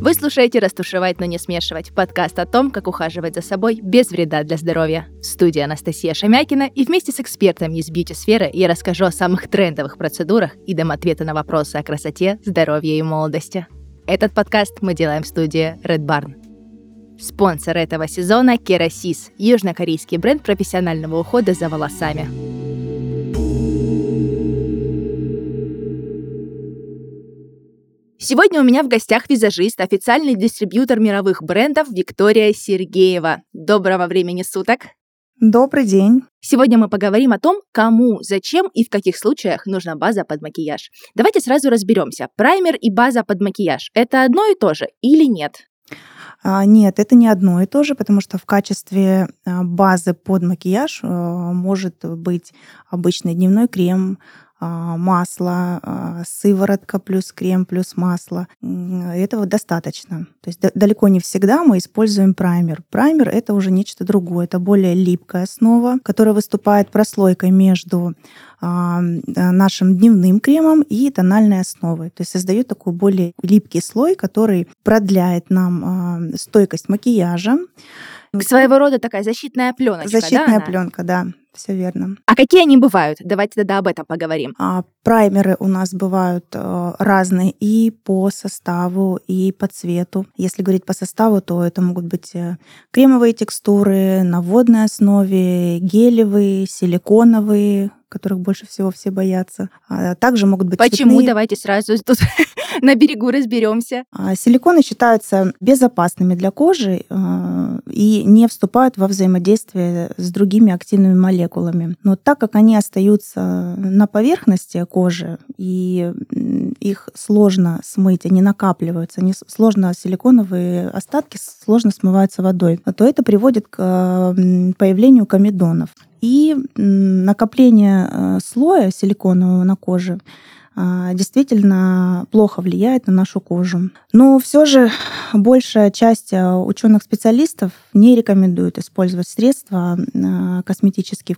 Вы слушаете «Растушевать, но не смешивать» — подкаст о том, как ухаживать за собой без вреда для здоровья. В студии Анастасия Шамякина, и вместе с экспертами из бьюти-сферы я расскажу о самых трендовых процедурах и дам ответы на вопросы о красоте, здоровье и молодости. Этот подкаст мы делаем в студии Red Barn. Спонсор этого сезона — Kerasis, южнокорейский бренд профессионального ухода за волосами. Сегодня у меня в гостях визажист, официальный дистрибьютор мировых брендов Виктория Сергеева. Доброго времени суток! Добрый день! Сегодня мы поговорим о том, кому, зачем и в каких случаях нужна база под макияж. Давайте сразу разберемся. Праймер и база под макияж — это одно и то же или нет? Нет, это не одно и то же, потому что в качестве базы под макияж может быть обычный дневной крем, масло, сыворотка плюс крем плюс масло. Этого достаточно. То есть далеко не всегда мы используем праймер. Праймер — это уже нечто другое. Это более липкая основа, которая выступает прослойкой между нашим дневным кремом и тональной основой. То есть создает такой более липкий слой, который продляет нам стойкость макияжа. Своего рода такая защитная пленочка, Защитная пленка, да, все верно. А какие они бывают? Давайте тогда об этом поговорим. Праймеры у нас бывают разные и по составу, и по цвету. Если говорить по составу, то это могут быть кремовые текстуры на водной основе, гелевые, силиконовые, которых больше всего все боятся. Также могут быть Почему? цветные. Давайте сразу тут на берегу разберемся. Силиконы считаются безопасными для кожи и не вступают во взаимодействие с другими активными молекулами. Но так как они остаются на поверхности кожи, и их сложно смыть, они накапливаются, силиконовые остатки сложно смываются водой, то это приводит к появлению комедонов. И накопление слоя силиконового на коже действительно плохо влияет на нашу кожу. Но все же большая часть ученых-специалистов не рекомендует использовать средства косметические,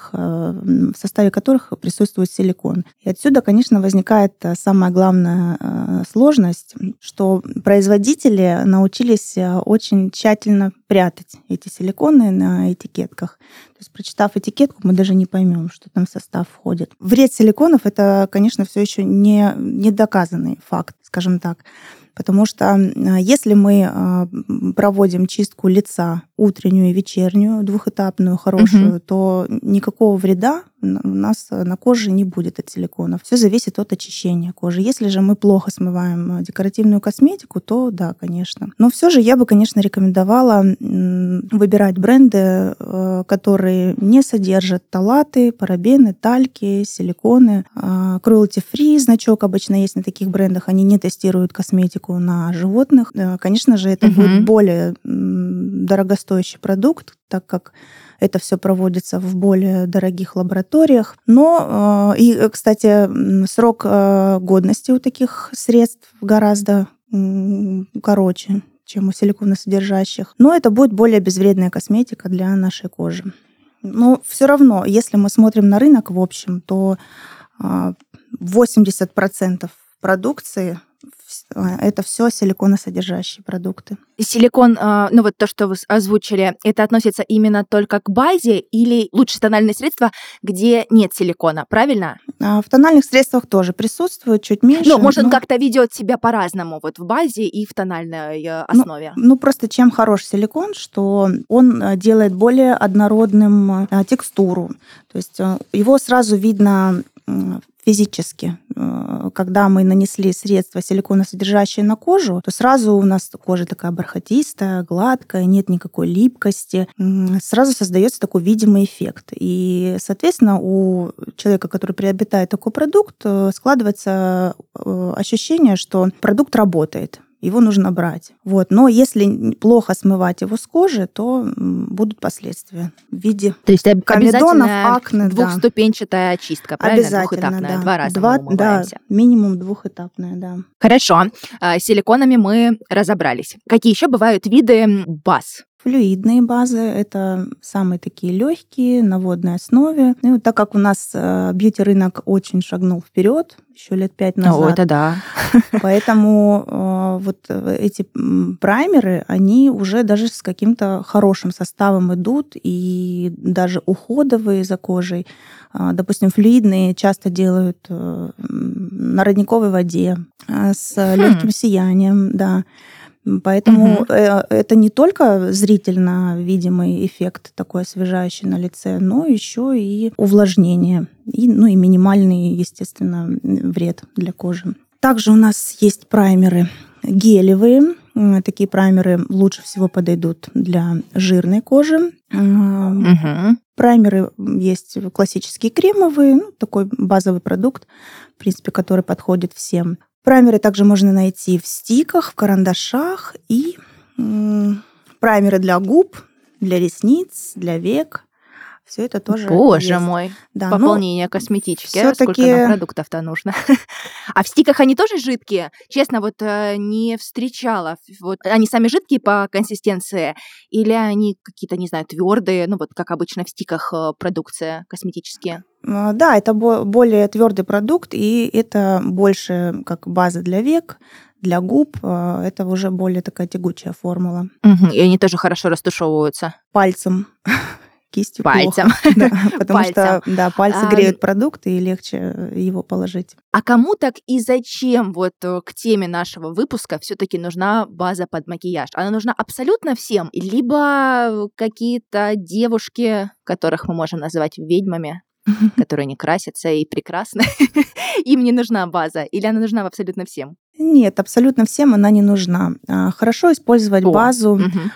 в составе которых присутствует силикон. И отсюда, конечно, возникает самая главная сложность, что производители научились очень тщательно прятать эти силиконы на этикетках. То есть, прочитав этикетку, мы даже не поймем, что там в состав входит. Вред силиконов — это, конечно, все еще не доказанный факт, скажем так. Потому что если мы проводим чистку лица утреннюю и вечернюю, двухэтапную, хорошую, то никакого вреда у нас на коже не будет от силиконов. Все зависит от очищения кожи. Если же мы плохо смываем декоративную косметику, то да, конечно. Но все же я бы, конечно, рекомендовала выбирать бренды, которые не содержат фталаты, парабены, тальки, силиконы. Cruelty-free значок обычно есть на таких брендах. Они не тестируют косметику на животных. Конечно же, это будет более дорогостоящий продукт, так как это все проводится в более дорогих лабораториях. Но, и, кстати, срок годности у таких средств гораздо короче, чем у силиконосодержащих. Но это будет более безвредная косметика для нашей кожи. Но все равно, если мы смотрим на рынок в общем, то 80% продукции это все силиконосодержащие продукты. Силикон, вот то, что вы озвучили, это относится именно только к базе или лучше тональные средства, где нет силикона, правильно? В тональных средствах тоже присутствует, чуть меньше. Может, он как-то ведет себя по-разному вот в базе и в тональной основе. Просто чем хорош силикон, что он делает более однородным текстуру. То есть его сразу видно физически. Когда мы нанесли средство силиконосодержащее на кожу, то сразу у нас кожа такая бархатистая, гладкая, нет никакой липкости. Сразу создается такой видимый эффект. И, соответственно, у человека, который приобретает такой продукт, складывается ощущение, что продукт работает. Его нужно брать. Но если плохо смывать его с кожи, то будут последствия в виде комедонов, акне. Двухступенчатая очистка, правильно? Двухэтапная, да. 2 раза мы умываемся. Да, минимум двухэтапная, да. Хорошо, с силиконами мы разобрались. Какие еще бывают виды баз? Флюидные базы — это самые такие легкие, на водной основе. И вот так как у нас бьюти-рынок очень шагнул вперед, еще лет 5 назад. О, это да. Поэтому вот эти праймеры, они уже даже с каким-то хорошим составом идут, и даже уходовые за кожей. Допустим, флюидные часто делают на родниковой воде, с легким сиянием, да. Поэтому это не только зрительно видимый эффект такой освежающий на лице, но еще и увлажнение, и минимальный, естественно, вред для кожи. Также у нас есть праймеры гелевые. Такие праймеры лучше всего подойдут для жирной кожи. Праймеры есть классические кремовые, такой базовый продукт, в принципе, который подходит всем. Праймеры также можно найти в стиках, в карандашах, и праймеры для губ, для ресниц, для век. Все это тоже Боже есть. мой, Да, пополнение косметички. Сколько нам продуктов-то нужно? А в стиках они тоже жидкие? Честно, вот не встречала. Вот они сами жидкие по консистенции? Или они какие-то, не знаю, твердые, вот как обычно в стиках продукция косметические? Да, это более твердый продукт, и это больше как база для век, для губ. Это уже более такая тягучая формула. И они тоже хорошо растушевываются? Пальцем. Кистью пальцем. Плохо. Да, потому что пальцы греют продукт, и легче его положить. А кому так и зачем вот к теме нашего выпуска все-таки нужна база под макияж? Она нужна абсолютно всем? Либо какие-то девушки, которых мы можем называть ведьмами, которые не красятся и прекрасны, им не нужна база? Или она нужна абсолютно всем? Нет, абсолютно всем она не нужна. Хорошо использовать базу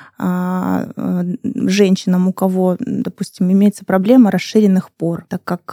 женщинам, у кого, допустим, имеется проблема расширенных пор, так как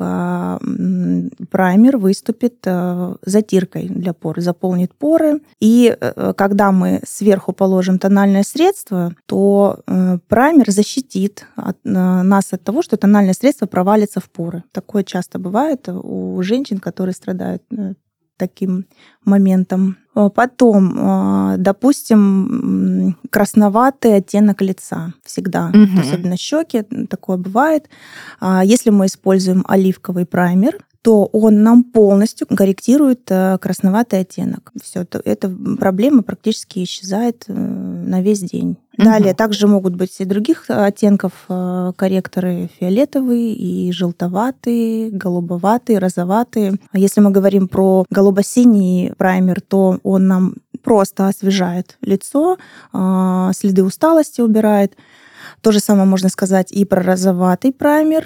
праймер выступит затиркой для пор, заполнит поры. И когда мы сверху положим тональное средство, то праймер защитит нас от того, что тональное средство провалится в поры. Такое часто бывает у женщин, которые страдают таким моментом. Потом, допустим, красноватый оттенок лица всегда, особенно щеки, такое бывает. Если мы используем оливковый праймер, то он нам полностью корректирует красноватый оттенок. Все, эта проблема практически исчезает на весь день. Далее также могут быть и других оттенков корректоры: фиолетовые, и желтоватые, голубоватые, розоватые. Если мы говорим про голубо-синий праймер, то он нам просто освежает лицо, следы усталости убирает. То же самое можно сказать и про розоватый праймер.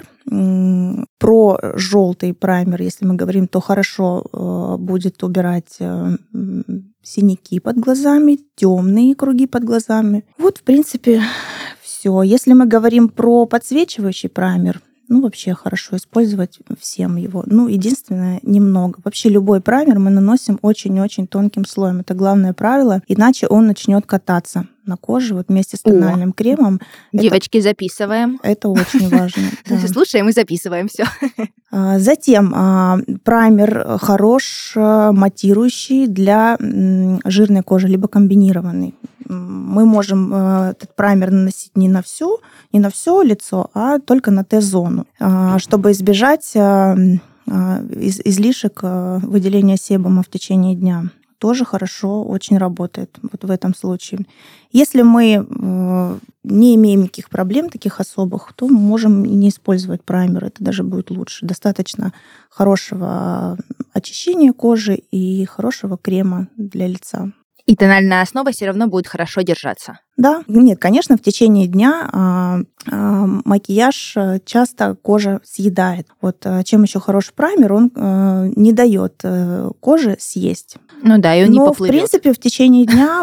Про желтый праймер, если мы говорим, то хорошо будет убирать синяки под глазами, темные круги под глазами. Вот, в принципе, все. Если мы говорим про подсвечивающий праймер, вообще хорошо использовать всем его. Единственное, немного. Вообще любой праймер мы наносим очень-очень тонким слоем. Это главное правило, иначе он начнет кататься на коже вместе с тональным кремом. Девочки, записываем. Это очень важно. Слушаем и записываем все. Затем праймер хорош матирующий для жирной кожи, либо комбинированный. Мы можем этот праймер наносить не на все лицо, а только на Т-зону, чтобы избежать излишек выделения себума в течение дня. Тоже хорошо очень работает вот в этом случае. Если мы не имеем никаких проблем таких особых, то мы можем и не использовать праймер. Это даже будет лучше. Достаточно хорошего очищения кожи и хорошего крема для лица. И тональная основа все равно будет хорошо держаться. Да, нет, конечно, в течение дня макияж часто кожа съедает. Вот чем еще хороший праймер, он не дает коже съесть. И он не поплывет. В принципе, в течение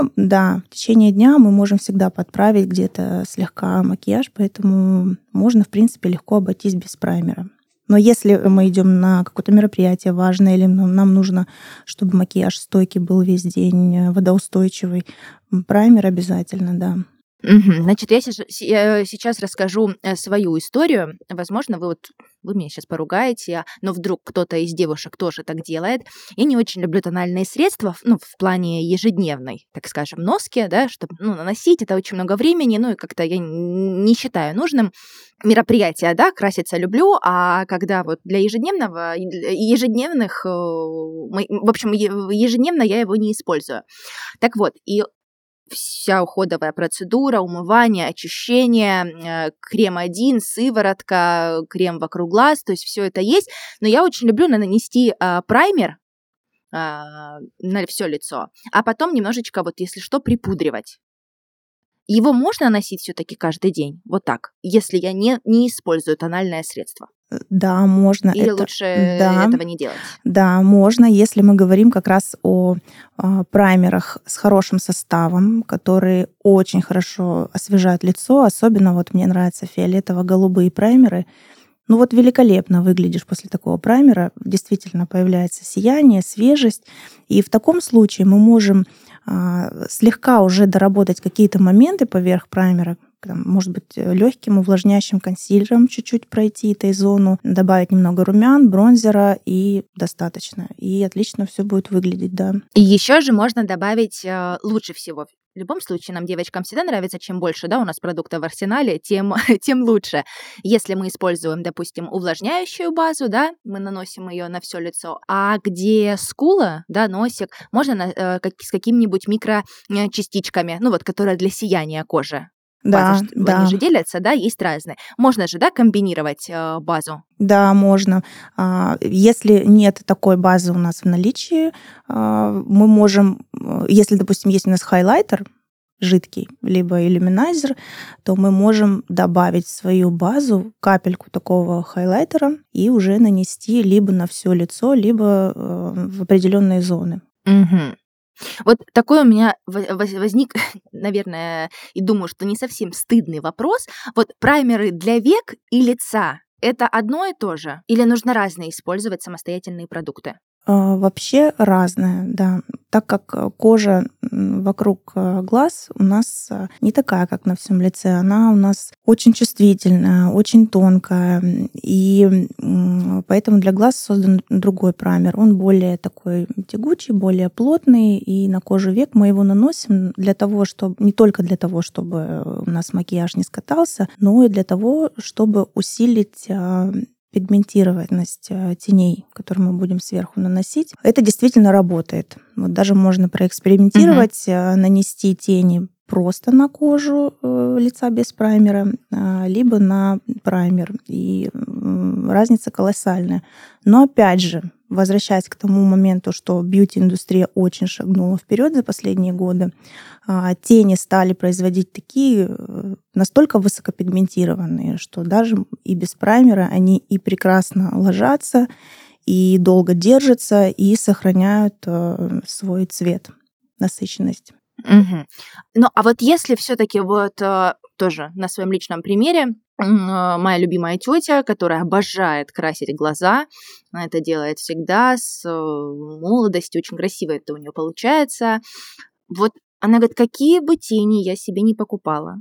дня мы можем всегда подправить где-то слегка макияж, поэтому можно, в принципе, легко обойтись без праймера. Но если мы идем на какое-то мероприятие важное, или нам нужно, чтобы макияж стойкий был весь день, водоустойчивый, праймер обязательно, да. Значит, я сейчас расскажу свою историю. Возможно, вы меня сейчас поругаете, но вдруг кто-то из девушек тоже так делает. Я не очень люблю тональные средства, в плане ежедневной, так скажем, носки, да, чтобы наносить, это очень много времени, и как-то я не считаю нужным мероприятия, да, краситься люблю, а когда вот для ежедневных, в общем, ежедневно я его не использую. Так вот, и вся уходовая процедура, умывание, очищение, крем 1, сыворотка, крем вокруг глаз, то есть все это есть. Но я очень люблю нанести праймер на все лицо, а потом немножечко, если что, припудривать. Его можно носить все-таки каждый день, вот так, если я не использую тональное средство? Да, можно. Или лучше этого не делать? Да, можно, если мы говорим как раз о праймерах с хорошим составом, которые очень хорошо освежают лицо. Особенно мне нравятся фиолетово-голубые праймеры. Великолепно выглядишь после такого праймера. Действительно появляется сияние, свежесть. И в таком случае мы можем слегка уже доработать какие-то моменты поверх праймера, может быть, легким увлажняющим консилером чуть-чуть пройти этой зону, добавить немного румян, бронзера, и достаточно. И отлично все будет выглядеть, да. И еще же можно добавить лучше всего. В любом случае, нам, девочкам, всегда нравится, чем больше, да, у нас продуктов в арсенале, тем лучше. Если мы используем, допустим, увлажняющую базу, да, мы наносим ее на все лицо, а где скула, да, носик, можно с какими-нибудь микрочастичками, которые для сияния кожи. Да, базы, они же делятся, да, есть разные. Можно же, да, комбинировать базу? Да, можно. Если нет такой базы у нас в наличии, мы можем, если, допустим, есть у нас хайлайтер жидкий, либо иллюминайзер, то мы можем добавить в свою базу капельку такого хайлайтера и уже нанести либо на все лицо, либо в определенные зоны. Угу. Вот такой у меня возник, наверное, и думаю, что не совсем стыдный вопрос. Праймеры для век и лица – это одно и то же? Или нужно разные использовать самостоятельные продукты? Вообще разное, да. Так как кожа вокруг глаз у нас не такая, как на всем лице, она у нас очень чувствительная, очень тонкая, и поэтому для глаз создан другой праймер. Он более такой тягучий, более плотный, и на кожу век мы его наносим не только для того, чтобы у нас макияж не скатался, но и для того, чтобы усилить пигментированность теней, которые мы будем сверху наносить. Это действительно работает. Даже можно проэкспериментировать, нанести тени просто на кожу лица без праймера, либо на праймер. И разница колоссальная. Но опять же, возвращаясь к тому моменту, что бьюти-индустрия очень шагнула вперед за последние годы, тени стали производить такие настолько высокопигментированные, что даже и без праймера они и прекрасно ложатся, и долго держатся, и сохраняют свой цвет, насыщенность. Ну, а если все-таки тоже на своем личном примере, моя любимая тетя, которая обожает красить глаза, она это делает всегда с молодости, очень красиво это у нее получается. Она говорит, какие бы тени я себе не покупала,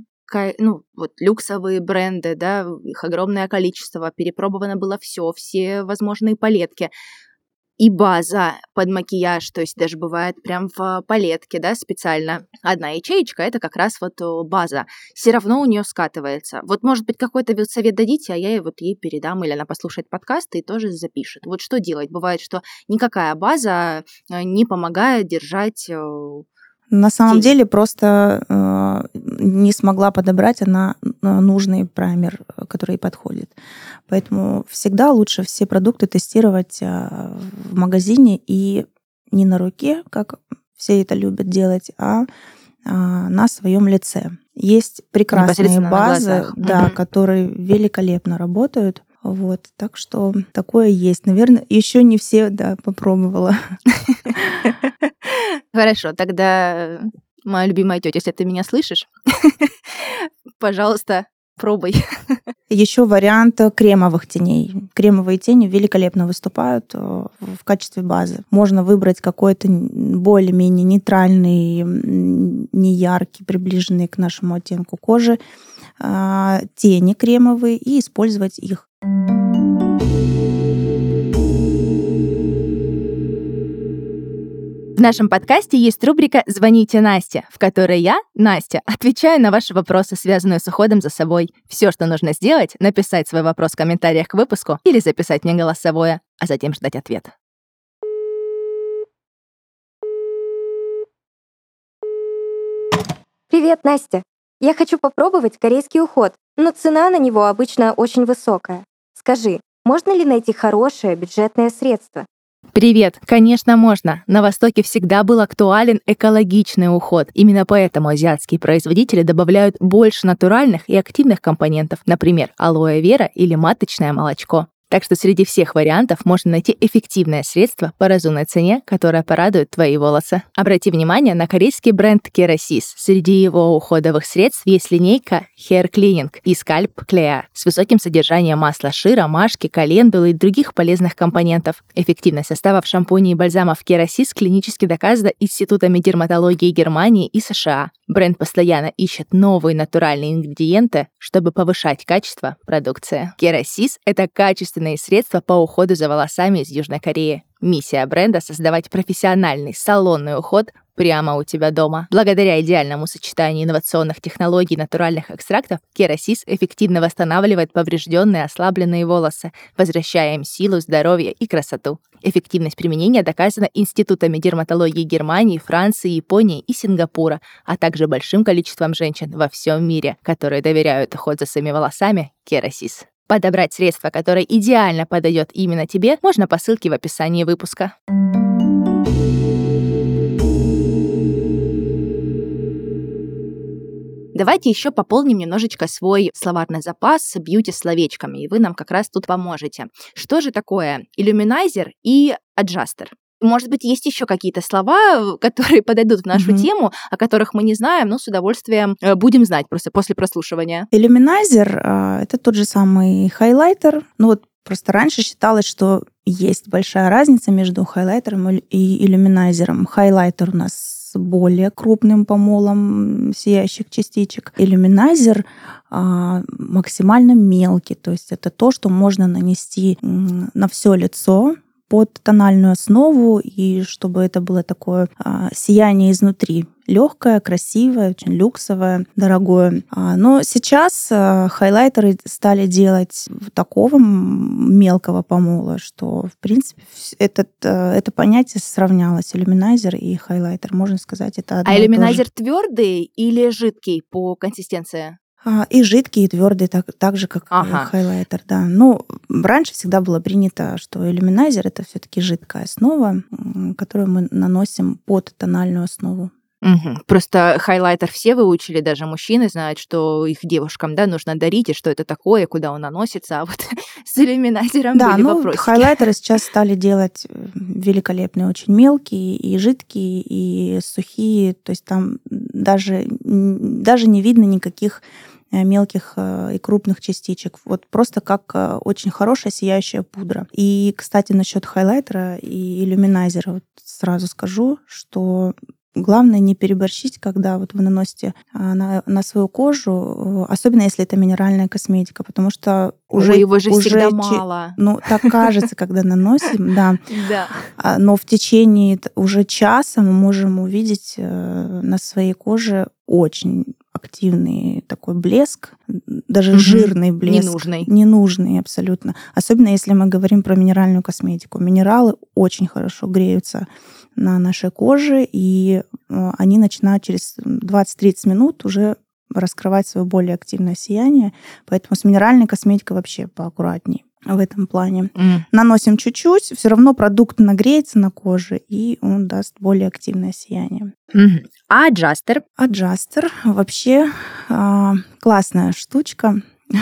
люксовые бренды, да, их огромное количество, перепробовано было все возможные палетки. И база под макияж, то есть даже бывает прям в палетке, да, специально. Одна ячеечка – это как раз база. Все равно у нее скатывается. Может быть, какой-то совет дадите, а я ей передам, или она послушает подкаст и тоже запишет. Что делать? Бывает, что никакая база не помогает держать... На самом деле просто не смогла подобрать она нужный праймер, который ей подходит. Поэтому всегда лучше все продукты тестировать в магазине и не на руке, как все это любят делать, а на своем лице. Есть прекрасные базы, да, которые великолепно работают. Так что такое есть. Наверное, еще не все, да, попробовала. Хорошо, тогда, моя любимая тетя, если ты меня слышишь, пожалуйста, Пробуй. Еще вариант кремовых теней. Кремовые тени великолепно выступают в качестве базы. Можно выбрать какой-то более-менее нейтральный, неяркий, приближенный к нашему оттенку кожи, тени кремовые и использовать их. В нашем подкасте есть рубрика «Звоните Насте», в которой я, Настя, отвечаю на ваши вопросы, связанные с уходом за собой. Все, что нужно сделать, написать свой вопрос в комментариях к выпуску или записать мне голосовое, а затем ждать ответа. Привет, Настя. Я хочу попробовать корейский уход, но цена на него обычно очень высокая. Скажи, можно ли найти хорошее бюджетное средство? Привет! Конечно, можно. На Востоке всегда был актуален экологичный уход. Именно поэтому азиатские производители добавляют больше натуральных и активных компонентов, например, алоэ вера или маточное молочко. Так что среди всех вариантов можно найти эффективное средство по разумной цене, которое порадует твои волосы. Обрати внимание на корейский бренд Kerasis. Среди его уходовых средств есть линейка Hair Cleaning и Scalp Clear с высоким содержанием масла ши, ромашки, календулы и других полезных компонентов. Эффективность составов шампуней и бальзамов Kerasis клинически доказана институтами дерматологии Германии и США. Бренд постоянно ищет новые натуральные ингредиенты, чтобы повышать качество продукции. Kerasis — это качественные средства по уходу за волосами из Южной Кореи. Миссия бренда — создавать профессиональный салонный уход прямо у тебя дома. Благодаря идеальному сочетанию инновационных технологий и натуральных экстрактов, Kerasis эффективно восстанавливает поврежденные и ослабленные волосы, возвращая им силу, здоровье и красоту. Эффективность применения доказана институтами дерматологии Германии, Франции, Японии и Сингапура, а также большим количеством женщин во всем мире, которые доверяют уход за своими волосами Kerasis. Подобрать средство, которое идеально подойдет именно тебе, можно по ссылке в описании выпуска. Давайте еще пополним немножечко свой словарный запас бьюти-словечками, и вы нам как раз тут поможете. Что же такое иллюминайзер и аджастер? Может быть, есть еще какие-то слова, которые подойдут в нашу тему, о которых мы не знаем, но с удовольствием будем знать просто после прослушивания. Иллюминайзер — это тот же самый хайлайтер. Ну вот просто раньше считалось, что есть большая разница между хайлайтером и иллюминайзером. Хайлайтер у нас с более крупным помолом сияющих частичек. Иллюминайзер максимально мелкий, то есть это то, что можно нанести на все лицо под тональную основу, и чтобы это было такое сияние изнутри. Легкое, красивое, очень люксовое, дорогое. Но сейчас хайлайтеры стали делать такого мелкого помола, что, в принципе, это понятие сравнялось. Иллюминайзер и хайлайтер, можно сказать, это одно и то же. Иллюминайзер твердый или жидкий по консистенции? И жидкий, и твердый, так же, как и хайлайтер, да. Ну, раньше всегда было принято, что иллюминайзер — это все-таки жидкая основа, которую мы наносим под тональную основу. Угу. Просто хайлайтер все выучили, даже мужчины знают, что их девушкам, да, нужно дарить, и что это такое, куда он наносится, а вот с иллюминайзером были вопросики. Хайлайтеры сейчас стали делать великолепные, очень мелкие, и жидкие, и сухие, то есть там даже не видно никаких мелких и крупных частичек. Вот просто как очень хорошая сияющая пудра. И, кстати, насчет хайлайтера и иллюминайзера вот сразу скажу, что главное не переборщить, когда вот вы наносите на свою кожу, особенно если это минеральная косметика, потому что его же всегда мало. Ну, так кажется, когда наносим, да. Да. Но в течение уже часа мы можем увидеть на своей коже очень активный такой блеск, даже жирный блеск. Ненужный абсолютно. Особенно если мы говорим про минеральную косметику. Минералы очень хорошо греются на нашей коже, и они начинают через 20-30 минут уже раскрывать свое более активное сияние. Поэтому с минеральной косметикой вообще поаккуратней в этом плане. Наносим чуть-чуть, все равно продукт нагреется на коже, и он даст более активное сияние. А аджастер? Аджастер вообще классная штучка.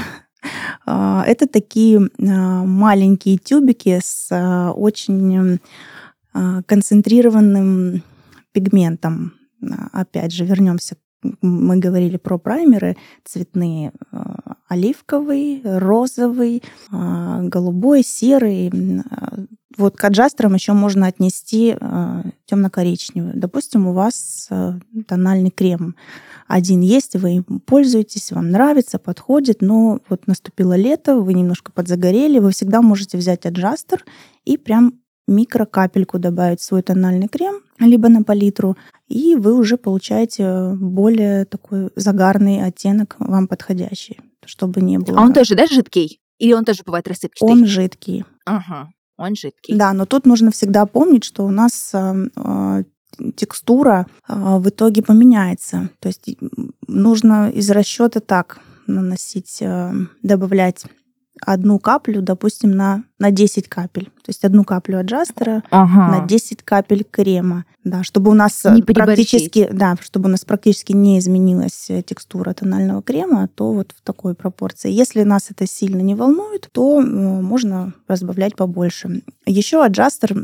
Это такие маленькие тюбики с очень концентрированным пигментом. Опять же, вернемся мы говорили про праймеры цветные: оливковый, розовый, голубой, серый. Вот к аджастерам еще можно отнести темно-коричневый. Допустим, у вас тональный крем один есть, вы им пользуетесь, вам нравится, подходит, но вот наступило лето, вы немножко подзагорели, вы всегда можете взять аджастер и прям микрокапельку добавить в свой тональный крем, либо на палитру, и вы уже получаете более такой загарный оттенок, вам подходящий, чтобы не было... А он тоже, да, жидкий? Или он тоже бывает рассыпчатый? Он жидкий. Ага, он жидкий. Да, но тут нужно всегда помнить, что у нас текстура в итоге поменяется. То есть нужно из расчета так наносить, добавлять одну каплю, допустим, на 10 капель. То есть одну каплю аджастера на 10 капель крема. Да, чтобы у нас практически не изменилась текстура тонального крема, то вот в такой пропорции. Если нас это сильно не волнует, то можно разбавлять побольше. Еще аджастер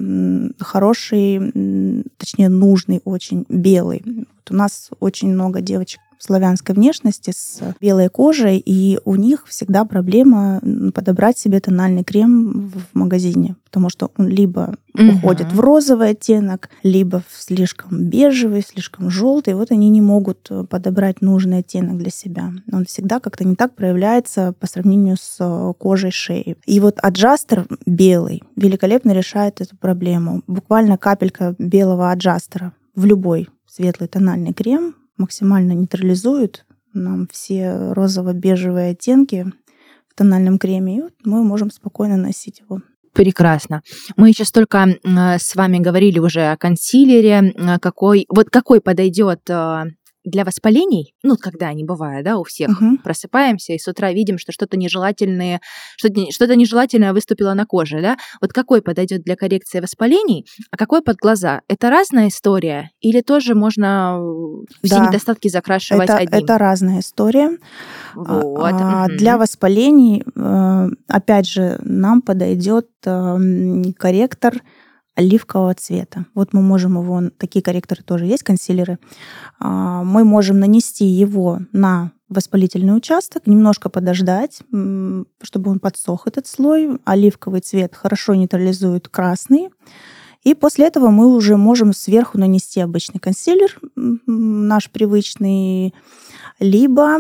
хороший, точнее нужный очень, белый. Вот у нас очень много девочек славянской внешности с белой кожей, и у них всегда проблема подобрать себе тональный крем в магазине, потому что он либо уходит в розовый оттенок, либо в слишком бежевый, слишком желтый. Вот они не могут подобрать нужный оттенок для себя. Он всегда как-то не так проявляется по сравнению с кожей шеи. И вот аджастер белый великолепно решает эту проблему. Буквально капелька белого аджастера в любой светлый тональный крем максимально нейтрализует нам все розово-бежевые оттенки в тональном креме, и вот мы можем спокойно носить его. Прекрасно. Мы сейчас только с вами говорили уже о консилере, какой подойдет для воспалений, когда они бывают, да, у всех, просыпаемся и с утра видим, что что-то нежелательное выступило на коже, да, вот какой подойдет для коррекции воспалений, а какой под глаза? Это разная история или тоже можно все недостатки закрашивать одним? Это разная история. Вот. Для воспалений, опять же, нам подойдет корректор оливкового цвета. Вот мы можем его, такие корректоры тоже есть, консилеры, мы можем нанести его на воспалительный участок, немножко подождать, чтобы он подсох, этот слой. Оливковый цвет хорошо нейтрализует красный. И после этого мы уже можем сверху нанести обычный консилер, наш привычный, либо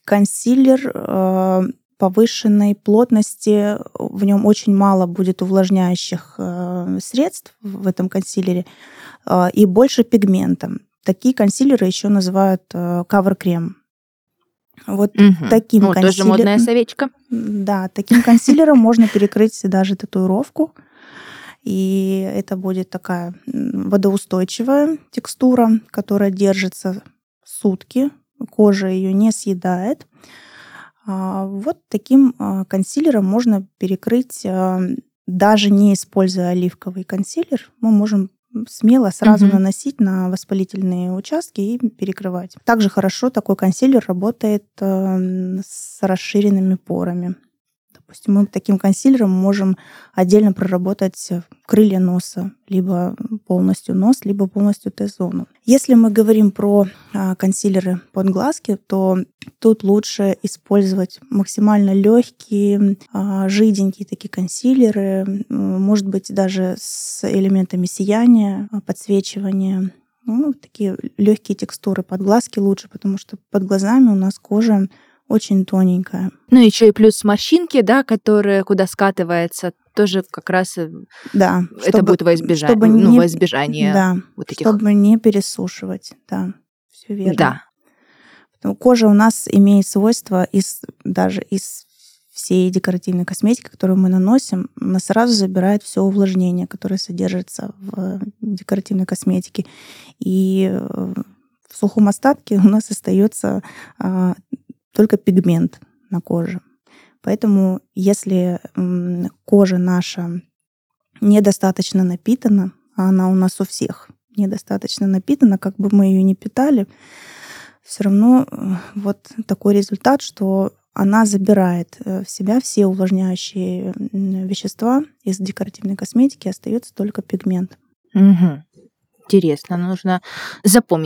консилер повышенной плотности, в нем очень мало будет увлажняющих средств в этом консилере и больше пигмента. Такие консилеры еще называют кавер-крем. Вот таким консилером. Тоже модное словечко. Да, таким консилером можно перекрыть даже татуировку. И это будет такая водоустойчивая текстура, которая держится сутки. Кожа ее не съедает. Вот таким консилером можно перекрыть, даже не используя оливковый консилер, мы можем смело сразу наносить на воспалительные участки и перекрывать. Также хорошо такой консилер работает с расширенными порами. Допустим, мы таким консилером можем отдельно проработать крылья носа, либо полностью нос, либо полностью Т-зону. Если мы говорим про консилеры под глазки, то тут лучше использовать максимально легкие, жиденькие такие консилеры, может быть, даже с элементами сияния, подсвечивания. Такие легкие текстуры под глазки лучше, потому что под глазами у нас кожа очень тоненькая. Еще и плюс морщинки, да, которые куда скатывается, тоже как раз это будет во избежание да, вот этих... чтобы не пересушивать, да, все верно. Да. Потому кожа у нас имеет свойство даже из всей декоративной косметики, которую мы наносим, она сразу забирает все увлажнение, которое содержится в декоративной косметике. И в сухом остатке у нас остается только пигмент на коже. Поэтому если кожа наша недостаточно напитана, а она у нас у всех недостаточно напитана, как бы мы ее ни питали, все равно вот такой результат, что она забирает в себя все увлажняющие вещества из декоративной косметики, остается только пигмент. Интересно, нужно запомнить.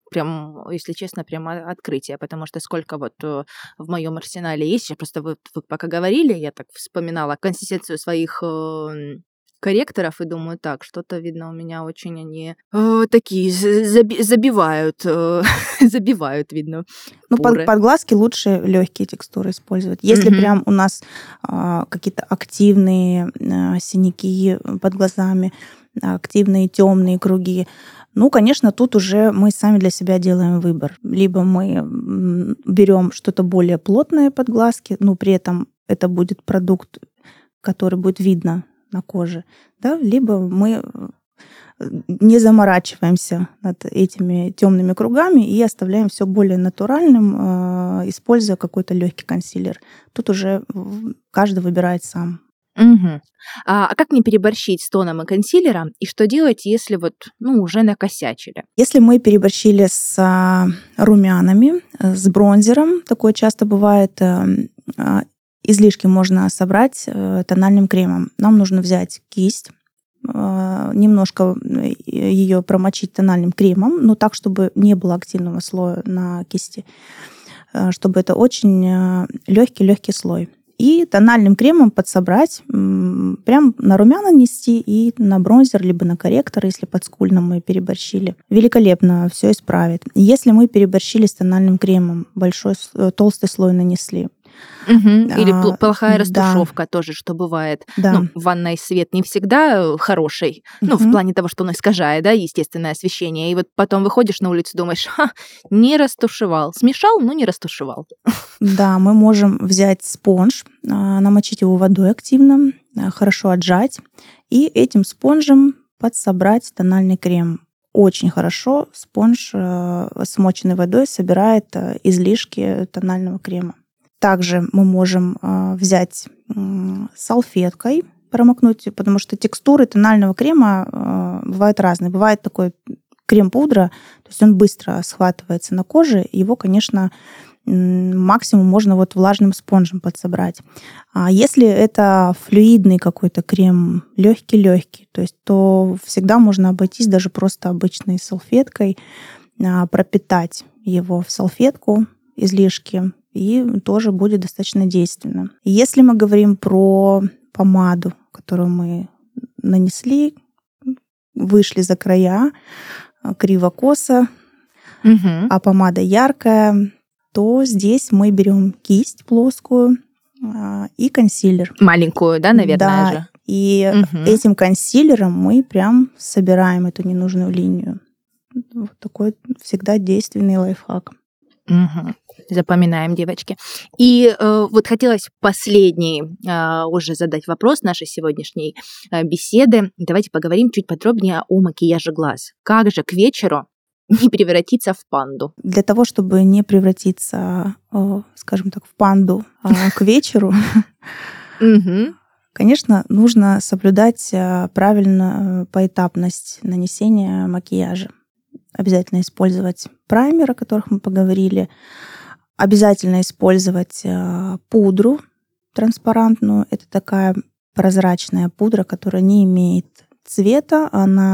прям, если честно, прямо открытие, потому что сколько вот в моем арсенале есть, я просто вы пока говорили, я так вспоминала консистенцию своих корректоров и думаю, так, что-то, видно, у меня очень они такие забивают, забивают, видно, Ну, поры. под глазки лучше легкие текстуры использовать. Если прям у нас какие-то активные синяки под глазами, активные темные круги, ну, конечно, тут уже мы сами для себя делаем выбор. Либо мы берем что-то более плотное под глазки, но при этом это будет продукт, который будет видно на коже, да, либо мы не заморачиваемся над этими темными кругами и оставляем все более натуральным, используя какой-то легкий консилер. Тут уже каждый выбирает сам. Угу. А как не переборщить с тоном и консилером? И что делать, если вот, уже накосячили? Если мы переборщили с румянами, с бронзером, такое часто бывает, излишки можно собрать тональным кремом. Нам нужно взять кисть, немножко ее промочить тональным кремом, но так, чтобы не было активного слоя на кисти, чтобы это очень легкий слой. И тональным кремом подсобрать, прям на румяна нести и на бронзер, либо на корректор, если под скульном мы переборщили. Великолепно все исправит. Если мы переборщили с тональным кремом, большой толстый слой нанесли, или плохая растушевка тоже, что бывает. Да. В ванной свет не всегда хороший. В плане того, что он искажает, да, естественное освещение. И вот потом выходишь на улицу, думаешь, не растушевал. Смешал, но не растушевал. Да, мы можем взять спонж, намочить его водой активно, хорошо отжать, и этим спонжем подсобрать тональный крем. Очень хорошо спонж, смоченный водой, собирает излишки тонального крема. Также мы можем взять салфеткой, промокнуть, потому что текстуры тонального крема бывают разные. Бывает такой крем-пудра, то есть он быстро схватывается на коже. Его, конечно, максимум можно вот влажным спонжем подсобрать. А если это флюидный какой-то крем, легкий, то всегда можно обойтись даже просто обычной салфеткой, пропитать его в салфетку, излишки, и тоже будет достаточно действенно. Если мы говорим про помаду, которую мы нанесли, вышли за края, криво-косо, а помада яркая, то здесь мы берем кисть плоскую и консилер. Маленькую, да, наверное, да, же? И этим консилером мы прям собираем эту ненужную линию. Вот такой всегда действенный лайфхак. Запоминаем, девочки. И вот хотелось последний уже задать вопрос нашей сегодняшней беседы. Давайте поговорим чуть подробнее о макияже глаз. Как же к вечеру не превратиться в панду? Для того, чтобы не превратиться, скажем так, в панду к вечеру, конечно, нужно соблюдать правильно поэтапность нанесения макияжа. Обязательно использовать праймер, о которых мы поговорили. Обязательно использовать пудру транспарантную. Это такая прозрачная пудра, которая не имеет цвета,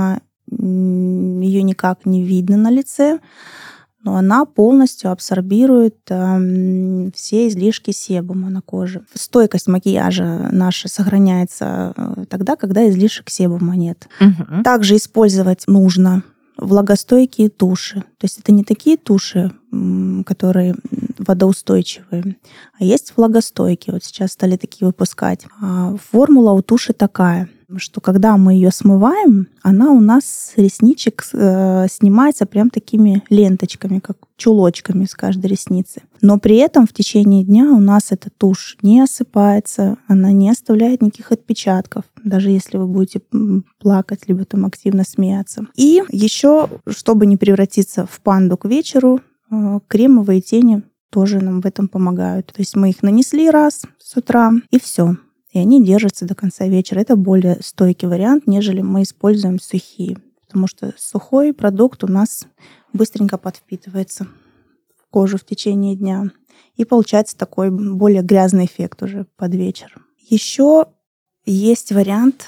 ее никак не видно на лице, но она полностью абсорбирует все излишки себума на коже. Стойкость макияжа наша сохраняется тогда, когда излишек себума нет. Также использовать нужно влагостойкие туши. То есть это не такие туши, которые водоустойчивые, а есть влагостойкие. Вот сейчас стали такие выпускать. Формула у туши такая, что когда мы ее смываем, она у нас с ресничек снимается прям такими ленточками, как чулочками с каждой ресницы. Но при этом в течение дня у нас эта тушь не осыпается, она не оставляет никаких отпечатков, даже если вы будете плакать, либо там активно смеяться. И еще, чтобы не превратиться в панду к вечеру, кремовые тени тоже нам в этом помогают. То есть мы их нанесли раз с утра, и все. И они держатся до конца вечера. Это более стойкий вариант, нежели мы используем сухие. Потому что сухой продукт у нас быстренько подвпитывается в кожу в течение дня. И получается такой более грязный эффект уже под вечер. Еще есть вариант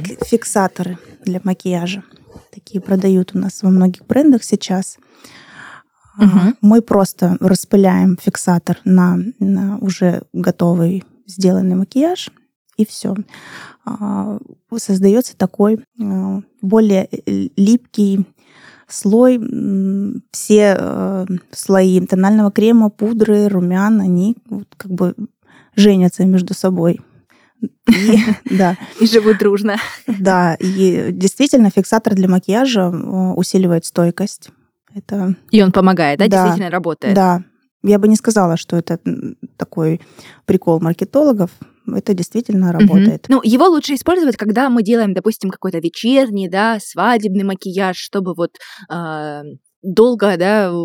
фиксаторы для макияжа. Такие продают у нас во многих брендах сейчас. Мы просто распыляем фиксатор на уже готовый сделанный макияж, и все. Создается такой более липкий слой. Все слои тонального крема, пудры, румян, они как бы женятся между собой. И живут дружно. Да, и действительно фиксатор для макияжа усиливает стойкость. И он помогает, да, действительно работает? Да. Я бы не сказала, что это такой прикол маркетологов. Это действительно работает. Ну, его лучше использовать, когда мы делаем, допустим, какой-то вечерний, да, свадебный макияж, чтобы вот долго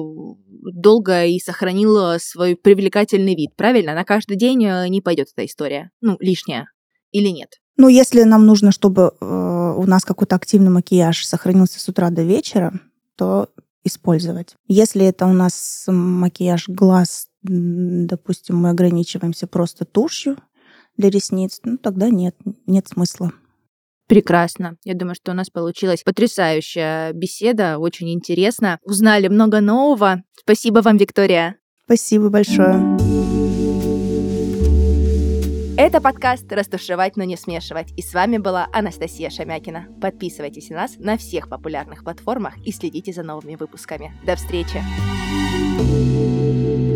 и сохранил свой привлекательный вид, правильно? На каждый день не пойдет эта история. Ну, лишняя. Или нет? Ну, если нам нужно, чтобы у нас какой-то активный макияж сохранился с утра до вечера, то использовать. Если это у нас макияж глаз, допустим, мы ограничиваемся просто тушью для ресниц, тогда нет смысла. Прекрасно. Я думаю, что у нас получилась потрясающая беседа, очень интересно. Узнали много нового. Спасибо вам, Виктория. Спасибо большое. Это подкаст «Растушевать, но не смешивать». И с вами была Анастасия Шамякина. Подписывайтесь на нас на всех популярных платформах и следите за новыми выпусками. До встречи!